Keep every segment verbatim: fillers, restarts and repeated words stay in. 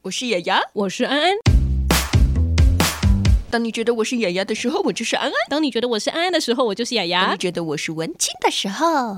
我是雅雅， 我是安安。 当你觉得我是雅雅的时候，我就是安安； 当你觉得我是安安的时候，我就是雅雅； 当你觉得我是文青的时候，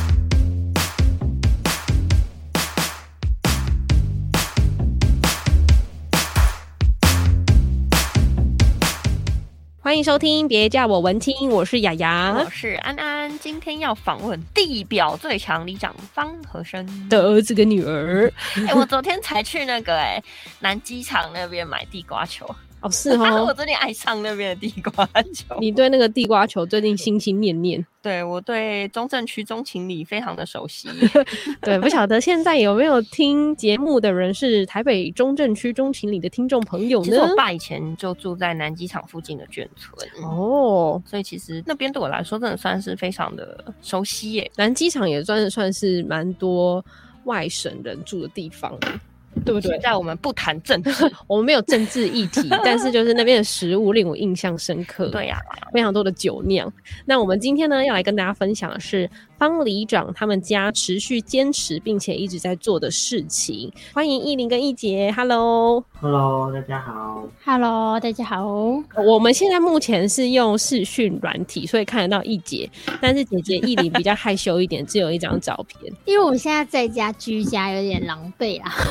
欢迎收听，别叫我文青，我是雅雅， 我是安安。今天要访问地表最强里长方和生的儿子跟女儿。 哎、欸，我昨天才去那个哎、欸、南机场那边买地瓜球。 哦，是哦， 我最近爱上那边的地瓜球。 你对那个地瓜球最近心心念念？ 对，我对中正区中情里非常的熟悉。 对，不晓得现在有没有听节目的人是台北中正区中情里的听众朋友呢？ 其实我爸以前就住在南机场附近的眷村哦， 所以其实那边对我来说真的算是非常的熟悉耶。 南机场也算是算是蛮多外省人住的地方，对不对？ 现在我们不谈政治， 我们没有政治议题，但是就是那边的食物令我印象深刻。 对呀、 啊，非常多的酒酿。那我们今天呢，要来跟大家分享的是方里长他们家持续坚持并且一直在做的事情。欢迎艺玲跟艺杰 ，Hello，Hello， Hello， 大家好 ，Hello， 大家好。 我们现在目前是用视讯软体，所以看得到艺杰，但是姐姐艺玲比较害羞一点，只有一张照片。 因为我现在在家居家，有点狼狈啊。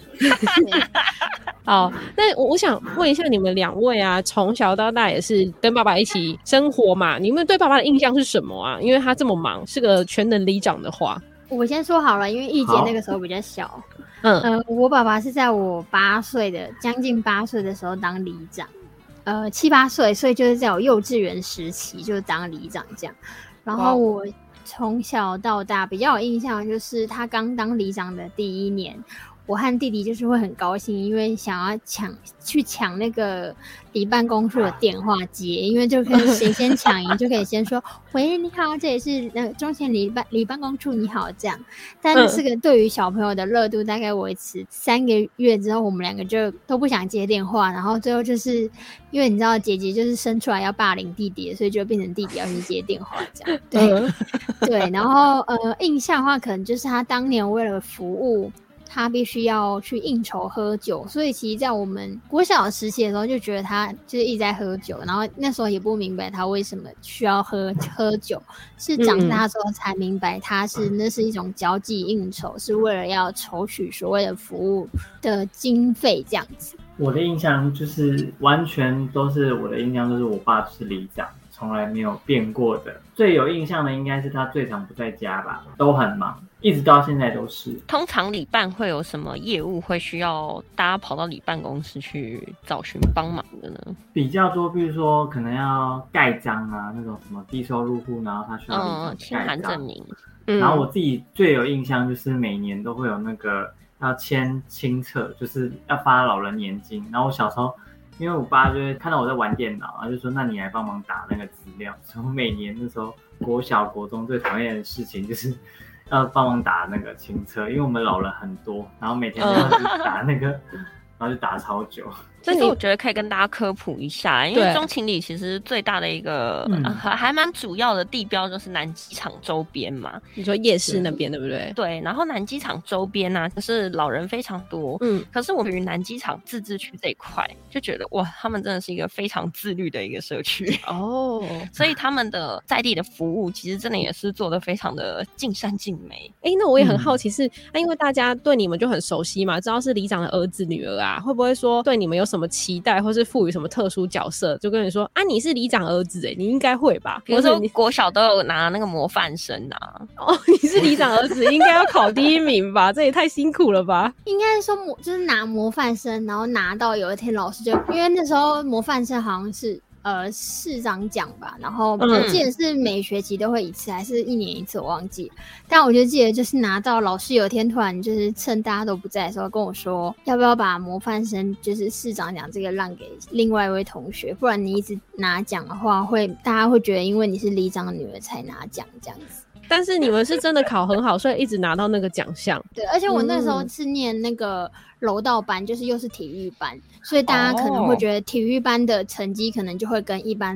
好，那我想问一下你们两位啊，从小到大也是跟爸爸一起生活嘛？你们对爸爸的印象是什么啊？因为他这么忙，是个全能里长的话， 我先说好了，因为艺杰那个时候比较小， 嗯、 呃，我爸爸是在我八岁的将近八岁的时候当里长，呃，七八岁，所以就是在我幼稚园时期就当里长这样。然后我从小到大比较有印象，就是他刚当里长的第一年。我和弟弟就是会很高兴，因为想要抢去抢那个里办公处的电话接，因为就可以谁先抢赢就可以先说喂你好，这里是那个中前里办里办公处你好这样。但这个对于小朋友的热度大概维持三个月之后，我们两个就都不想接电话，然后最后就是因为你知道姐姐就是生出来要霸凌弟弟，所以就变成弟弟要去接电话这样。对对，然后呃印象的话，可能就是他当年为了服务。他必须要去应酬喝酒，所以其实在我们国小时期的时候就觉得他就是一直在喝酒，然后那时候也不明白他为什么需要喝喝酒，是长大之后才明白他是那是一种交际应酬，是为了要筹取所谓的服务的经费这样子。 我的印象就是完全都是我的印象，就是我爸就是里长，从来没有变过的。最有印象的应该是他最常不在家吧，都很忙。一直到现在都是。 通常里办会有什么业务会需要大家跑到里办公室去找寻帮忙的呢？ 比较多，比如说可能要盖章啊，那种什么低收入户，然后他需要嗯清函证明。 然后我自己最有印象就是每年都会有那个要签清册，就是要发老人年金。然后我小时候，因为我爸就会看到我在玩电脑，然后就说那你来帮忙打那个资料。所以我每年那时候国小国中最讨厌的事情就是要帮忙打那个清册，因为我们老人很多，然后每天都要去打那个，然后就打超久。 其实我觉得可以跟大家科普一下，因为中情里其实最大的一个、嗯呃、还蛮主要的地标就是南机场周边嘛。 你说夜市那边对不对？ 对，然后南机场周边啊，就是老人非常多。嗯，可是我对于南机场自治区这一块就觉得哇，他们真的是一个非常自律的一个社区哦，所以他们的在地的服务其实真的也是做得非常的尽善尽美。 哎、欸，那我也很好奇是，嗯啊、因为大家对你们就很熟悉嘛，知道是里长的儿子女儿啊，会不会说对你们有什么期待，或是赋予什么特殊角色，就跟你说啊，你是里长儿子哎，你应该会吧？ 比如说国小都有拿那个模范生啊， 哦，你是里长儿子，应该要考第一名吧？这也太辛苦了吧？ 应该说就是拿模范生，然后拿到有一天老师就，因为那时候模范生好像是。呃，市长奖吧，然后我记得是每学期都会一次，还是一年一次，我忘记。但我就记得就是拿到老师有一天突然就是趁大家都不在的时候跟我说，要不要把模范生就是市长奖这个让给另外一位同学，不然你一直拿奖的话，会大家会觉得因为你是里长的女儿才拿奖这样子。 但是你们是真的考很好，所以一直拿到那个奖项。 对，而且我那时候是念那个柔道班，就是又是体育班，所以大家可能会觉得体育班的成绩可能就会跟一般的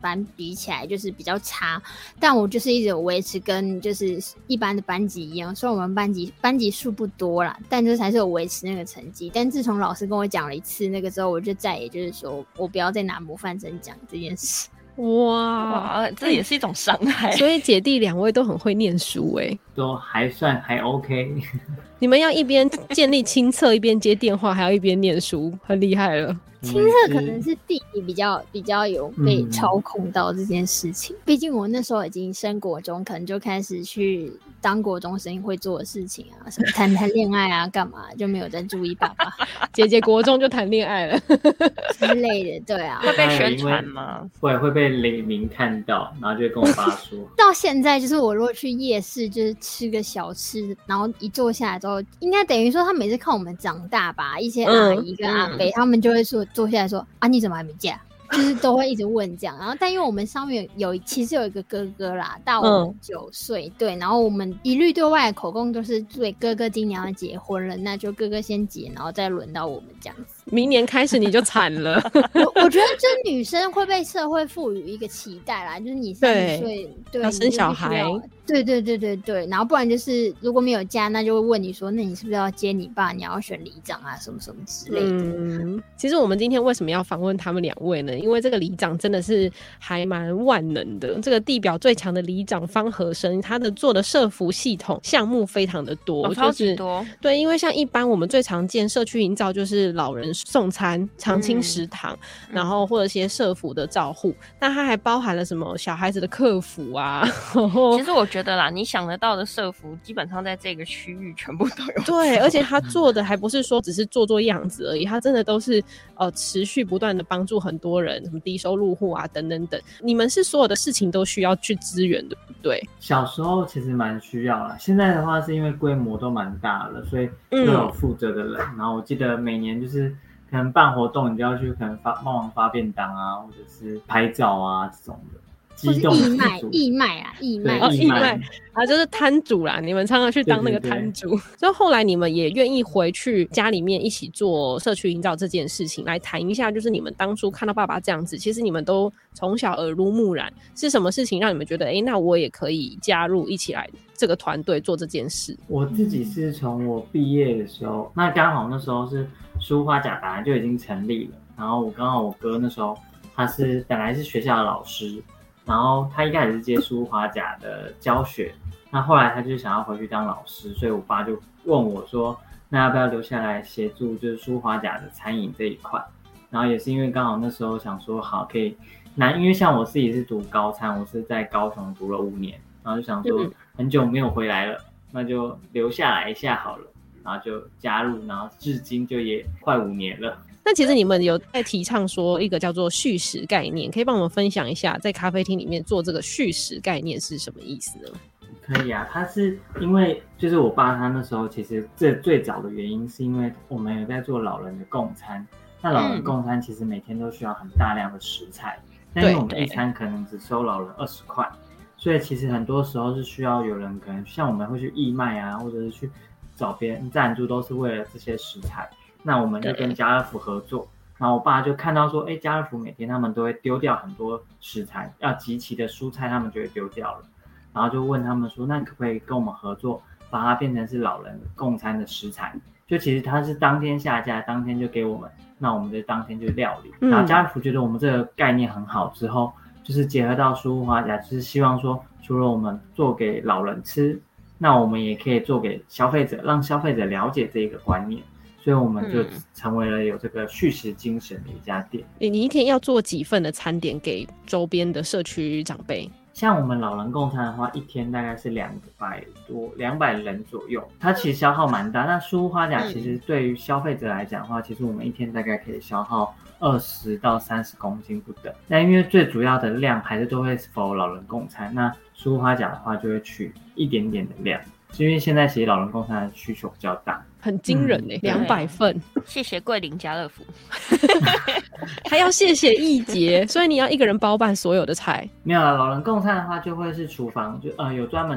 班比起来就是比较差，但我就是一直有维持跟就是一般的班级一样，虽然我们班级班级数不多啦，但就是还是有维持那个成绩。但自从老师跟我讲了一次那个之后，我就再也就是说我不要再拿模范生奖这件事。 哇哇，这也是一种伤害。 所以姐弟两位都很会念书哎、欸， 都还算还 OK。 你们要一边建立亲测，一边接电话，还要一边念书，很厉害了。 亲测可能是弟弟比较比较有被操控到这件事情，毕、嗯、竟我那时候已经升国中，可能就开始去当国中生会做的事情啊，什么谈谈恋爱啊，干嘛就没有在注意爸爸。 姐姐国中就谈恋爱了之类的，对啊。 会被宣传吗？ 会会被雷鸣看到，然后就会跟我爸说。 到现在就是我如果去夜市，就是吃个小吃，然后一坐下来之后，应该等于说他每次看我们长大吧，一些阿姨跟阿伯、嗯嗯、他们就会说。坐下来说啊，你怎么还没嫁？就是都会一直问这样。然后，但因为我们上面有其实有一个哥哥啦，大我们九岁、嗯，对。然后我们一律对外的口供都是，对哥哥今年要结婚了，那就哥哥先结，然后再轮到我们这样子。 明年开始你就惨了。 我我觉得，就是女生会被社会赋予一个期待啦，就是你三十岁对要生小孩， 对对对对对。然后不然就是如果没有嫁，那就会问你说，那你是不是要接你爸？你要选里长啊，什么什么之类的。 嗯，其实我们今天为什么要访问他们两位呢？因为这个里长真的是还蛮万能的，这个地表最强的里长方和生，他的做的社福系统项目非常的多， 哦、超级多。 对，因为像一般我们最常见社区营造就是老人送餐、常青食堂、嗯，然后或者一些社福的照护，那它还包含了什么小孩子的客服啊。 其实我觉得啦，你想得到的社福基本上在这个区域全部都有。 对，而且他做的还不是说只是做做样子而已，他真的都是呃持续不断的帮助很多人，什么低收入户啊等等等。你们是所有的事情都需要去支援的，对不对？ 小时候其实蛮需要啦，现在的话是因为规模都蛮大了，所以都有负责的人、嗯。然后我记得每年就是可能办活动，你就要去可能发帮忙发便当啊，或者是拍照啊这种的。 或是义卖，义卖啊，义卖， 哦，义卖啊，就是摊主啦。你们常常去当那个摊主，所以后来你们也愿意回去家里面一起做社区营造这件事情，来谈一下，就是你们当初看到爸爸这样子，其实你们都从小耳濡目染，是什么事情让你们觉得，哎、欸，那我也可以加入一起来这个团队做这件事？ 我自己是从我毕业的时候，那刚好那时候是书花甲本来就已经成立了，然后我刚好我哥那时候他是本来是学校的老师。然后他一开始是接书花甲的教学，那后来他就想要回去当老师，所以我爸就问我说，那要不要留下来协助就是书花甲的餐饮这一块。然后也是因为刚好那时候想说好可以，那因为像我自己是读高餐，我是在高雄读了五年，然后就想说很久没有回来了，那就留下来一下好了，然后就加入，然后至今就也快五年了。 那其实你们有在提倡说一个叫做续食概念，可以帮我们分享一下在咖啡厅里面做这个续食概念是什么意思呢？ 可以啊，他是因为就是我爸他那时候其实这最早的原因是因为我们有在做老人的共餐，那老人共餐其实每天都需要很大量的食材，嗯、但因为我们一餐可能只收老人二十块，所以其实很多时候是需要有人可能像我们会去义卖啊，或者是去找别人赞助，都是为了这些食材。那我们就跟家乐福合作，然后我爸就看到说，哎，家乐福每天他们都会丢掉很多食材，要集齐的蔬菜他们就会丢掉了，然后就问他们说，那可不可以跟我们合作，把它变成是老人共餐的食材？就其实它是当天下架，当天就给我们，那我们就当天就料理。嗯、然后家乐福觉得我们这个概念很好之后，就是结合到书花甲，就是希望说，除了我们做给老人吃，那我们也可以做给消费者，让消费者了解这个观念。所以我们就成为了有这个续食精神的一家店。 你一天要做几份的餐点给周边的社区长辈？ 像我们老人共餐的话，一天大概是两百多两百人左右，它其实消耗蛮大。那书花甲其实对于消费者来讲的话，嗯、其实我们一天大概可以消耗二十到三十公斤不等。那因为最主要的量还是都会 for 老人共餐，那书花甲的话就会取一点点的量。因为现在其实老人共餐的需求比较大， 很惊人哎、欸，两、嗯、百份。 谢谢桂林家乐福， 还要谢谢义杰，所以你要一个人包办所有的菜。 没有啦，老人共餐的话就会是厨房就呃有专门的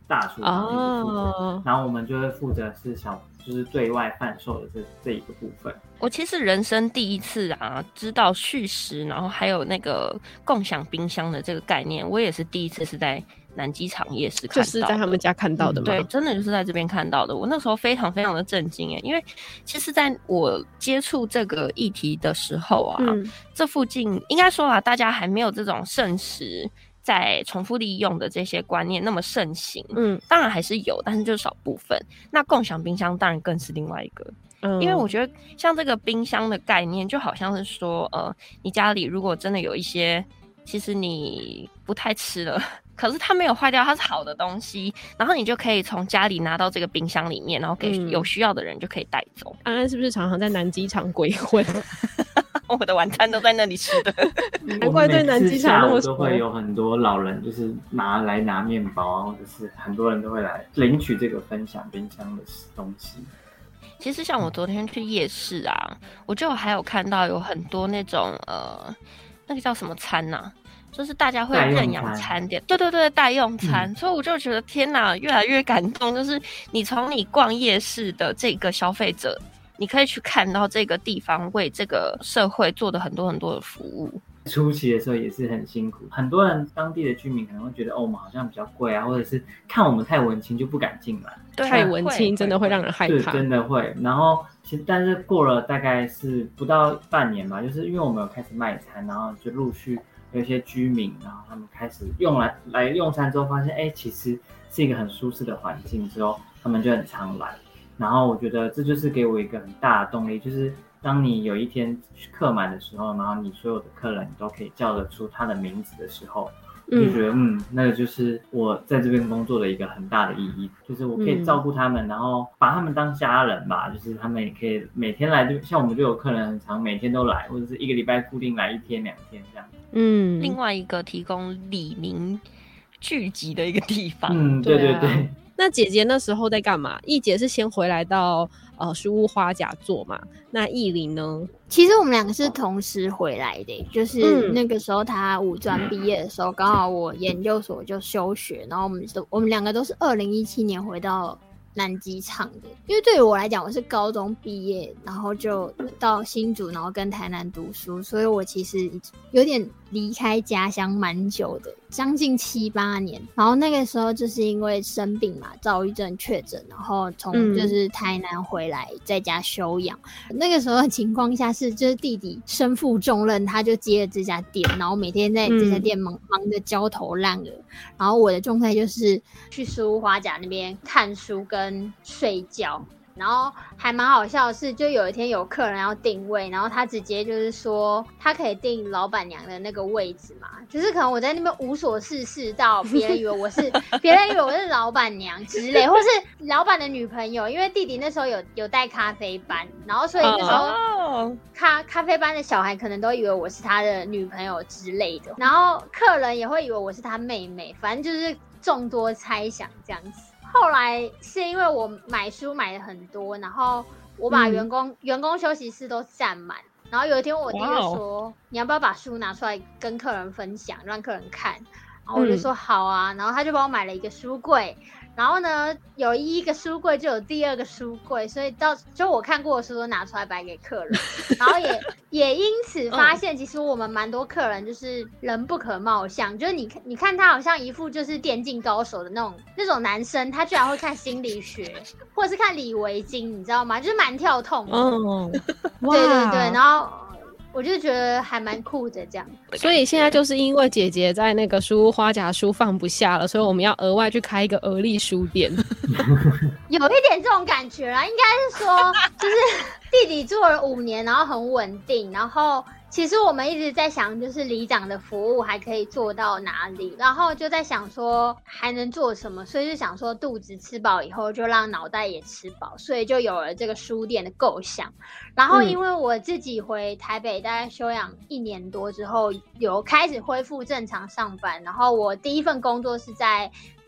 大厨房一直负责，哦、然后我们就会负责是小，就是对外贩售的这这一个部分。 我其实人生第一次啊，知道续食，然后还有那个共享冰箱的这个概念，我也是第一次是在南机场夜市看到的， 就是在他们家看到的吗？ 嗯、对，真的就是在这边看到的。我那时候非常非常的震惊耶，因为其实在我接触这个议题的时候啊，嗯、这附近应该说啦，大家还没有这种剩食在重复利用的这些观念那么盛行。嗯，当然还是有，但是就是少部分。那共享冰箱当然更是另外一个。嗯，因为我觉得像这个冰箱的概念，就好像是说，呃，你家里如果真的有一些，其实你不太吃了，可是它没有坏掉，它是好的东西，然后你就可以从家里拿到这个冰箱里面，然后给有需要的人就可以带走。 安安是不是常常在南机场鬼混？ 我的晚餐都在那里吃的， 难怪对南机场那么熟。都会有很多老人，就是拿来拿面包啊，或者是很多人都会来领取这个分享冰箱的东西。 其实像我昨天去夜市啊，我就还有看到有很多那种呃，那个叫什么餐呐、啊？就是大家会认养餐点，对对对，代用餐、嗯。所以我就觉得天哪，越来越感动。就是你从你逛夜市的这个消费者，你可以去看到这个地方为这个社会做的很多很多的服务。 初期的时候也是很辛苦，很多人当地的居民可能会觉得，哦，我们好像比较贵啊，或者是看我们太文青就不敢进来。 太文青真的会让人害怕， 对，真的会。然后其实但是过了大概是不到半年吧，就是因为我们有开始卖餐，然后就陆续有一些居民，然后他们开始用来来用餐之后，发现哎，其实是一个很舒适的环境之后，他们就很常来。然后我觉得这就是给我一个很大的动力，就是当你有一天客满的时候，然后你所有的客人你都可以叫得出他的名字的时候，就觉得嗯，那个就是我在这边工作的一个很大的意义，就是我可以照顾他们，嗯、然后把他们当家人吧，就是他们也可以每天来，就像我们就有客人很常每天都来，或者是一个礼拜固定来一天两天这样。 嗯，另外一个提供里民聚集的一个地方。 嗯，对对对。 那姐姐那时候在干嘛？易姐是先回来到呃书屋花甲做嘛？那艺玲呢？ 其实我们两个是同时回来的，就是那个时候她五专毕业的时候，刚好我研究所就休学，然后我们都我们两个都是二零一七年回到南机场的。因为对于我来讲，我是高中毕业，然后就到新竹，然后跟台南读书，所以我其实有点离开家乡蛮久的，将近七八年。然后那个时候就是因为生病嘛，躁郁症确诊，然后从就是台南回来在家休养。嗯、那个时候的情况下是，就是弟弟身负重任，他就接了这家店，然后每天在这家店忙、嗯、忙得焦头烂额。然后我的状态就是去书屋花甲那边看书跟睡觉。然后还蛮好笑的是，就有一天有客人要订位，然后他直接就是说他可以订老板娘的那个位置嘛，就是可能我在那边无所事事到别人以为我是别人以为我是老板娘之类，或是老板的女朋友，因为弟弟那时候有有带咖啡班，然后所以那时候咖咖啡班的小孩可能都以为我是他的女朋友之类的，然后客人也会以为我是他妹妹，反正就是众多猜想这样子。后来是因为我买书买的很多，然后我把员工、嗯、员工休息室都占满，然后有一天我弟就说、wow. 你要不要把书拿出来跟客人分享，让客人看，然后我就说好啊、嗯、然后他就帮我买了一个书柜，然后呢有一个书柜就有第二个书柜，所以到就我看过的书都拿出来摆给客人，然后也也因此发现其实我们蛮多客人就是人不可貌相，就是你你看他好像一副就是电竞高手的那种那种男生，他居然会看心理学或者是看李维京，你知道吗？就是蛮跳痛的。哦，对对对，然后我就觉得还蛮酷的这样。 所以现在就是因为姐姐在那个书屋花甲书放不下了，所以我们要额外去开一个而立书店。 有一点这种感觉啦，应该是说就是弟弟做了五年，然后很稳定，然后其实我们一直在想，就是里长的服务还可以做到哪里，然后就在想说还能做什么，所以就想说肚子吃饱以后就让脑袋也吃饱，所以就有了这个书店的构想。然后因为我自己回台北大概休养一年多之后，有开始恢复正常上班，然后我第一份工作是在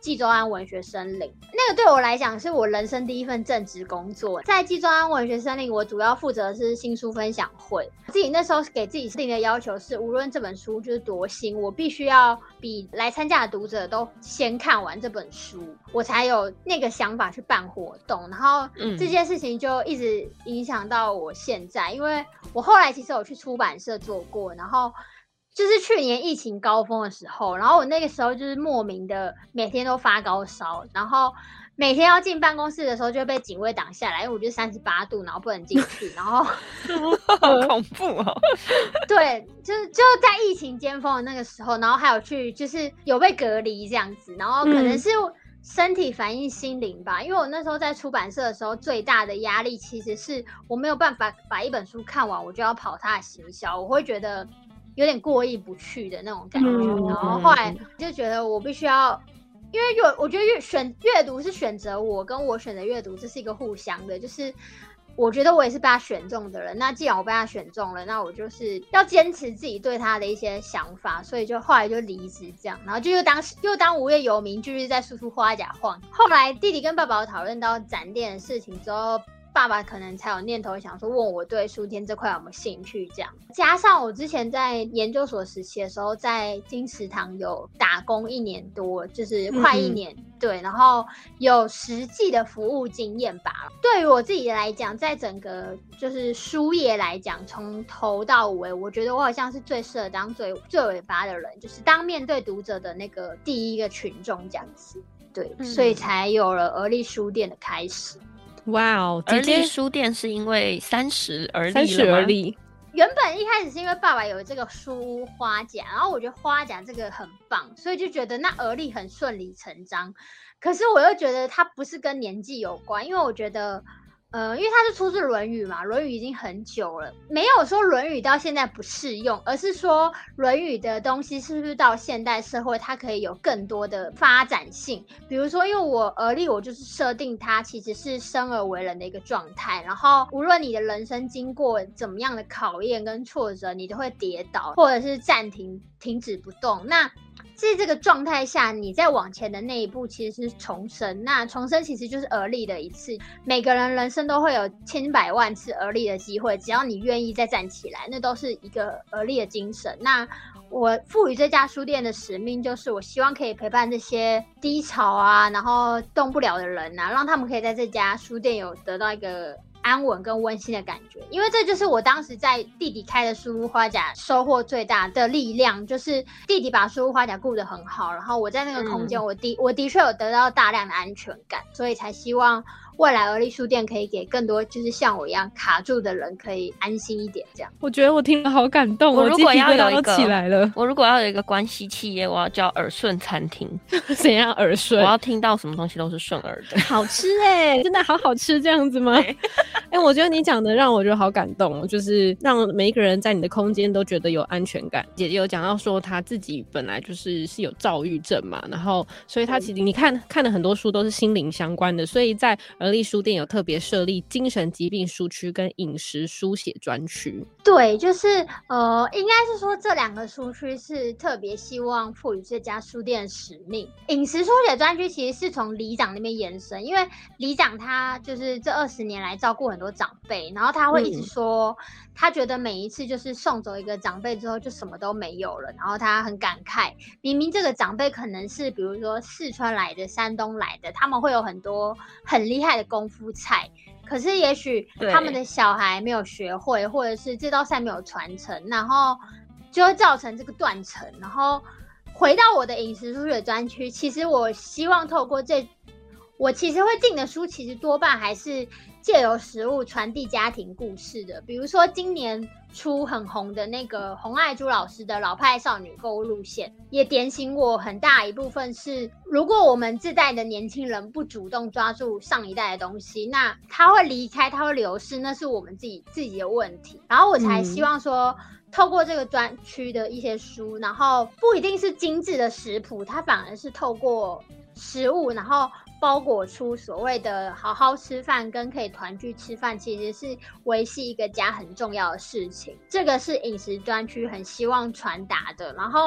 纪州安文学森林，那个对我来讲是我人生第一份正职工作。在纪州安文学森林，我主要负责的是新书分享会。自己那时候给自己定的要求是，无论这本书就是多新，我必须要比来参加的读者都先看完这本书，我才有那个想法去办活动。然后这件事情就一直影响到我现在，因为我后来其实有去出版社做过，然后就是去年疫情高峰的时候，然后我那个时候就是莫名的每天都发高烧，然后每天要进办公室的时候就会被警卫挡下来，因为我就三十八度，然后不能进去，然后好恐怖哦。 对，就是就在疫情尖峰的那个时候，然后还有去就是有被隔离这样子，然后可能是身体反应心灵吧，因为我那时候在出版社的时候，最大的压力其实是我没有办法把一本书看完，我就要跑它的行销，我会觉得有点过意不去的那种感觉，嗯、然后后来就觉得我必须要，因为阅我觉得阅选阅读是选择我跟我选择阅读，这是一个互相的，就是我觉得我也是被他选中的人，那既然我被他选中了，那我就是要坚持自己对他的一些想法，所以就后来就离职这样，然后就又当又当无业游民，继续在叔叔花甲晃。后来弟弟跟爸爸有讨论到展店的事情之后，爸爸可能才有念头想说问我对书店这块有没有兴趣这样，加上我之前在研究所时期的时候在金石堂有打工一年多，就是快一年、嗯、对，然后有实际的服务经验吧。对于我自己来讲，在整个就是书业来讲，从头到尾我觉得我好像是最适合当最最尾巴的人，就是当面对读者的那个第一个群众这样子，对、嗯、所以才有了而立书店的开始。 哇哦， 而立书店是因为三十而立了吗？三十而立。 原本一开始是因为爸爸有这个书屋花甲，然后我觉得花甲这个很棒，所以就觉得那而立很顺理成章。可是我又觉得它不是跟年纪有关，因为我觉得呃，因为它是出自《论语》嘛，《论语》已经很久了，没有说《论语》到现在不适用，而是说《论语》的东西是不是到现代社会它可以有更多的发展性。比如说因为我而立，我就是设定它其实是生而为人的一个状态，然后无论你的人生经过怎么样的考验跟挫折，你都会跌倒或者是暂停停止不动，那在这个状态下你再往前的那一步其实是重生，那重生其实就是而立的一次，每个人人生都会有千百万次而立的机会，只要你愿意再站起来，那都是一个而立的精神。那我赋予这家书店的使命就是我希望可以陪伴这些低潮啊然后动不了的人啊，让他们可以在这家书店有得到一个安稳跟温馨的感觉，因为这就是我当时在弟弟开的书屋花甲收获最大的力量，就是弟弟把书屋花甲顾得很好，然后我在那个空间、嗯、我的我的确有得到大量的安全感，所以才希望未来而立书店可以给更多就是像我一样卡住的人可以安心一点这样。 我觉得我听了好感动， 我如果要有一个起来了， 我如果要有一个关系企业，我要叫耳顺餐厅。 怎样耳顺？ 我要听到什么东西都是顺耳的， 好吃哎、欸，真的好好吃这样子吗？哎、欸，我觉得你讲的让我觉得好感动，就是让每一个人在你的空间都觉得有安全感。姐姐有讲到说她自己本来就是是有躁郁症嘛，然后所以她其实你看看的很多书都是心灵相关的，所以在而立书店有特别设立精神疾病书区跟饮食书写专区。 对，就是呃，应该是说这两个书区是特别希望赋予这家书店的使命。饮食书写专区其实是从里长那边延伸，因为里长他就是这二十年来照顾很多长辈，然后他会一直说、嗯、他觉得每一次就是送走一个长辈之后就什么都没有了，然后他很感慨，明明这个长辈可能是比如说四川来的山东来的，他们会有很多很厉害的功夫菜，可是也许他们的小孩没有学会，或者是这道菜没有传承，然后就会造成这个断层。然后回到我的饮食书写专区，其实我希望透过这我其实会进的书其实多半还是借由食物传递家庭故事的，比如说今年初很红的那个洪爱珠老师的老派少女购物路线，也点醒我很大一部分是，如果我们这代的年轻人不主动抓住上一代的东西，那他会离开，他会流失，那是我们自己自己的问题。然后我才希望说、嗯透过这个专区的一些书，然后不一定是精致的食谱，它反而是透过食物，然后包裹出所谓的好好吃饭跟可以团聚吃饭，其实是维系一个家很重要的事情。这个是饮食专区很希望传达的。然后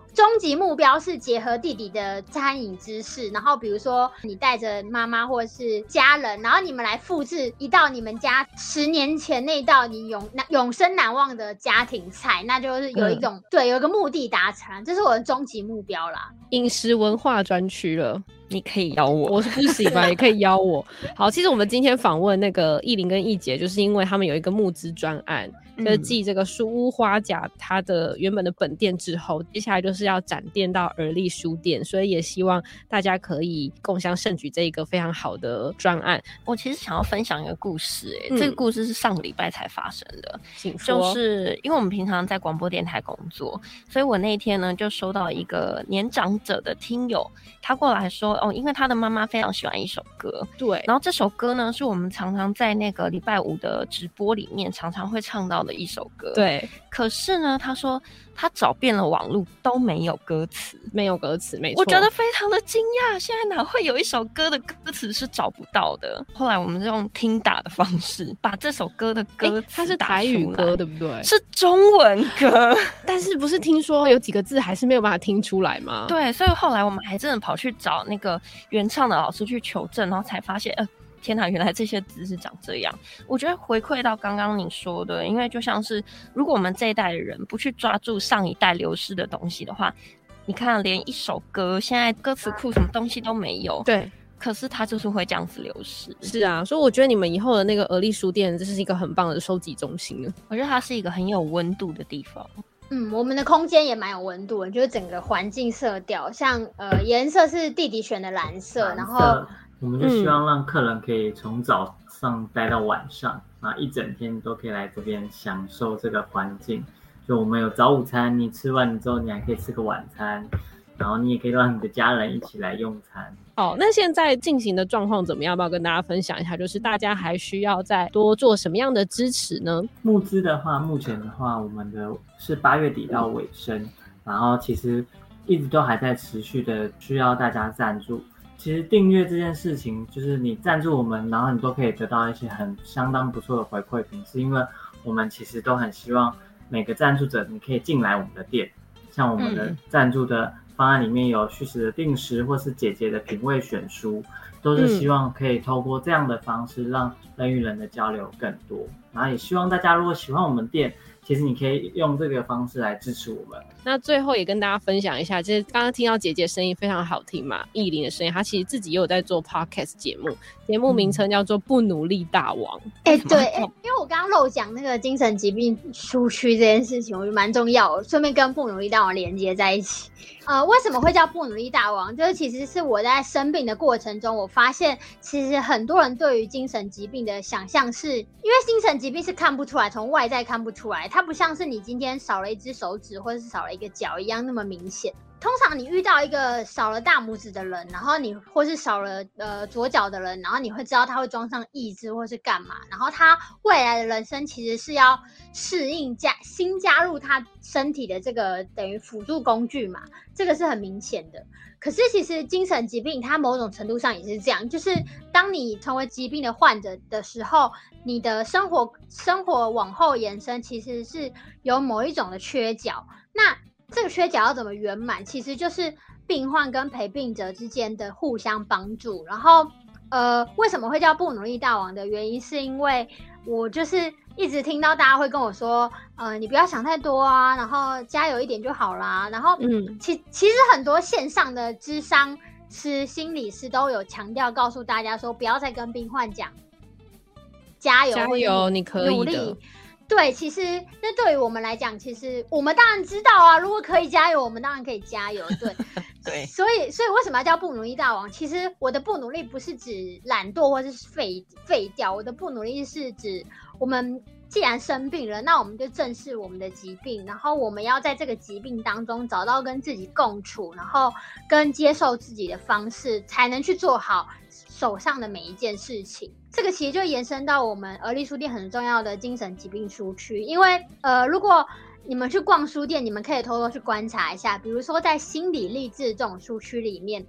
终极目标是结合弟弟的餐饮知识，然后比如说你带着妈妈或者是家人，然后你们来复制一道你们家十年前那道你永永生难忘的家庭菜，那就是有一种、嗯、对有一个目的达成，这是我的终极目标啦。 饮食文化专区了。 你可以邀我， 我是不行吧，也可以邀我。好，其实我们今天访问那个艺玲跟艺姐，就是因为他们有一个募资专案，就是继这个书屋花甲它的原本的本店之后，接下来就是要展店到而立书店，所以也希望大家可以共襄盛举这一个非常好的专案。 我其实想要分享一个故事、欸嗯、这个故事是上个礼拜才发生的， 请说。 就是因为我们平常在广播电台工作，所以我那一天呢就收到一个年长者的听友，他过来说哦，因为他的妈妈非常喜欢一首歌， 对， 然后这首歌呢是我们常常在那个礼拜五的直播里面常常会唱到的一首歌， 对。 可是呢，他说他找遍了网路都没有歌词， 没有歌词，没错。 我觉得非常的惊讶，现在哪会有一首歌的歌词是找不到的？后来我们就用听打的方式把这首歌的歌词打出来， 它是台语歌对不对？ 是中文歌， 但是不是听说有几个字还是没有办法听出来吗？ 对，所以后来我们还真的跑去找那个原唱的老师去求证，然后才发现，呃，天哪，原来这些字是长这样。我觉得回馈到刚刚你说的，因为就像是如果我们这一代的人不去抓住上一代流失的东西的话，你看连一首歌现在歌词库什么东西都没有， 对， 可是它就是会这样子流失。 是啊，所以我觉得你们以后的那个而立书店这是一个很棒的收集中心了。 我觉得它是一个很有温度的地方。 嗯，我们的空间也蛮有温度的，就是整个环境色调，像呃颜色是弟弟选的蓝色， 蓝色然后我们就希望让客人可以从早上待到晚上，然后一整天都可以来这边享受这个环境。就我们有早午餐，你吃完之后你还可以吃个晚餐，然后你也可以让你的家人一起来用餐。 好，那现在进行的状况怎么样？要不要跟大家分享一下？就是大家还需要再多做什么样的支持呢？ 募资的话，目前的话，我们的是八月底到尾声，然后其实一直都还在持续的需要大家赞助。其实订阅这件事情，就是你赞助我们，然后你都可以得到一些很相当不错的回馈品，是因为我们其实都很希望每个赞助者你可以进来我们的店，像我们的赞助的方案里面有虚实的定时或是姐姐的品味选书，都是希望可以透过这样的方式让人与人的交流更多，然后也希望大家如果喜欢我们店，其实你可以用这个方式来支持我们。 那最后也跟大家分享一下，就是刚刚听到姐姐声音非常好听嘛，艺玲的声音，她其实自己也有在做 podcast 节目，节目名称叫做不努力大王。 哎、欸，对、欸，因为我刚刚漏讲那个精神疾病书区这件事情，我觉得蛮重要的，顺便跟不努力大王连接在一起。呃，为什么会叫不努力大王？就是其实是我在生病的过程中，我发现其实很多人对于精神疾病的想象是，因为精神疾病是看不出来，从外在看不出来，它不像是你今天少了一只手指或者是少了一个脚一样那么明显。通常你遇到一个少了大拇指的人，然后你或是少了呃左脚的人，然后你会知道他会装上义肢或是干嘛，然后他未来的人生其实是要适应加新加入他身体的这个等于辅助工具嘛，这个是很明显的。可是其实精神疾病它某种程度上也是这样，就是当你成为疾病的患者的时候，你的生活生活往后延伸其实是有某一种的缺角，那这个缺角要怎么圆满？其实就是病患跟陪病者之间的互相帮助。然后，呃，为什么会叫不努力大王的原因，是因为我就是一直听到大家会跟我说，呃，你不要想太多啊，然后加油一点就好啦。然后，嗯，其其实很多线上的諮商师、心理师都有强调，告诉大家说，不要再跟病患讲加油， 加油，你可以的。 对，其实那对于我们来讲，其实我们当然知道啊，如果可以加油，我们当然可以加油。对， 对， 所以所以为什么要叫不努力大王？其实我的不努力不是指懒惰或是废废掉，我的不努力是指我们既然生病了，那我们就正视我们的疾病，然后我们要在这个疾病当中找到跟自己共处，然后跟接受自己的方式，才能去做好手上的每一件事情。这个其实就延伸到我们而立书店很重要的精神疾病书区，因为呃，如果你们去逛书店，你们可以偷偷去观察一下，比如说在心理励志这种书区里面，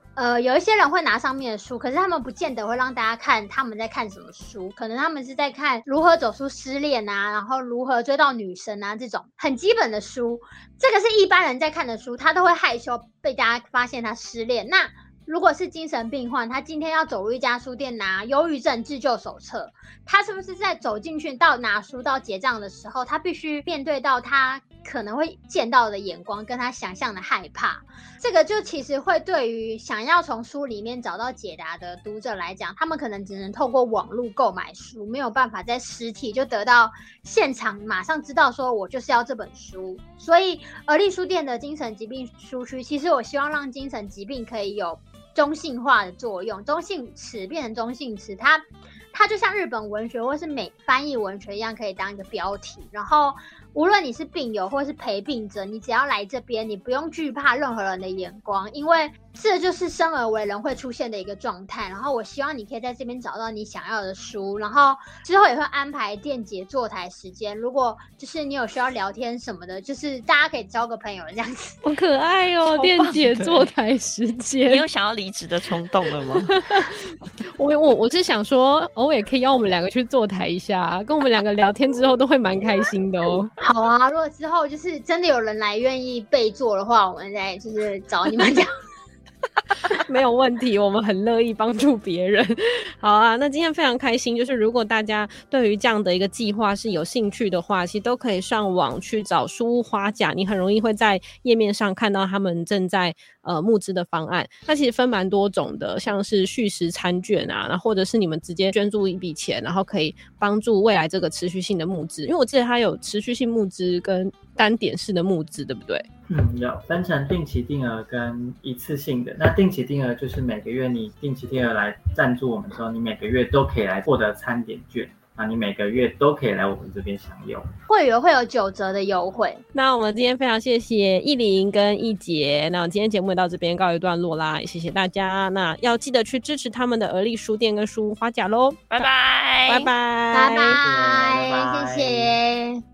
呃，有一些人会拿上面的书，可是他们不见得会让大家看他们在看什么书，可能他们是在看如何走出失恋啊，然后如何追到女神啊，这种很基本的书。这个是一般人在看的书，他都会害羞被大家发现他失恋。那如果是精神病患，他今天要走入一家书店拿忧郁症自救手册，他是不是在走进去到拿书到结账的时候，他必须面对到他可能会见到的眼光跟他想象的害怕？这个就其实会对于想要从书里面找到解答的读者来讲，他们可能只能透过网络购买书，没有办法在实体就得到现场马上知道说我就是要这本书。所以而立书店的精神疾病书区，其实我希望让精神疾病可以有中性化的作用，中性词变成中性词，它它就像日本文学或是美翻译文学一样，可以当一个标题。然后无论你是病友或是陪病者，你只要来这边，你不用惧怕任何人的眼光，因为这就是生而为人会出现的一个状态。然后我希望你可以在这边找到你想要的书，然后之后也会安排店姐坐台时间，如果就是你有需要聊天什么的，就是大家可以交个朋友这样子。 好可爱哦，店姐坐台时间。 你有想要离职的冲动了吗？ 我我我是想说，偶尔可以邀我们两个去坐台一下，跟我们两个聊天之后都会蛮开心的哦。 好啊，如果之后就是真的有人来愿意备座的话，我们再就是找你们讲。 没有问题，我们很乐意帮助别人。好啊，那今天非常开心，就是如果大家对于这样的一个计划是有兴趣的话，其实都可以上网去找书屋花甲，你很容易会在页面上看到他们正在呃募资的方案。那其实分蛮多种的，像是续食餐券啊，然后或者是你们直接捐助一笔钱，然后可以帮助未来这个持续性的募资。因为我记得它有持续性募资跟单点式的募资，对不对？ 嗯，有分成定期定额跟一次性的。那定期定额就是每个月你定期定额来赞助我们之后，你每个月都可以来获得餐点券，那你每个月都可以来我们这边享用。 会员会有九折的优惠。 那我们今天非常谢谢艺玲跟艺杰，那今天节目也到这边告一段落啦，也谢谢大家。那要记得去支持他们的而立书店跟书屋花甲咯。 拜拜， 拜拜， 拜拜，谢谢。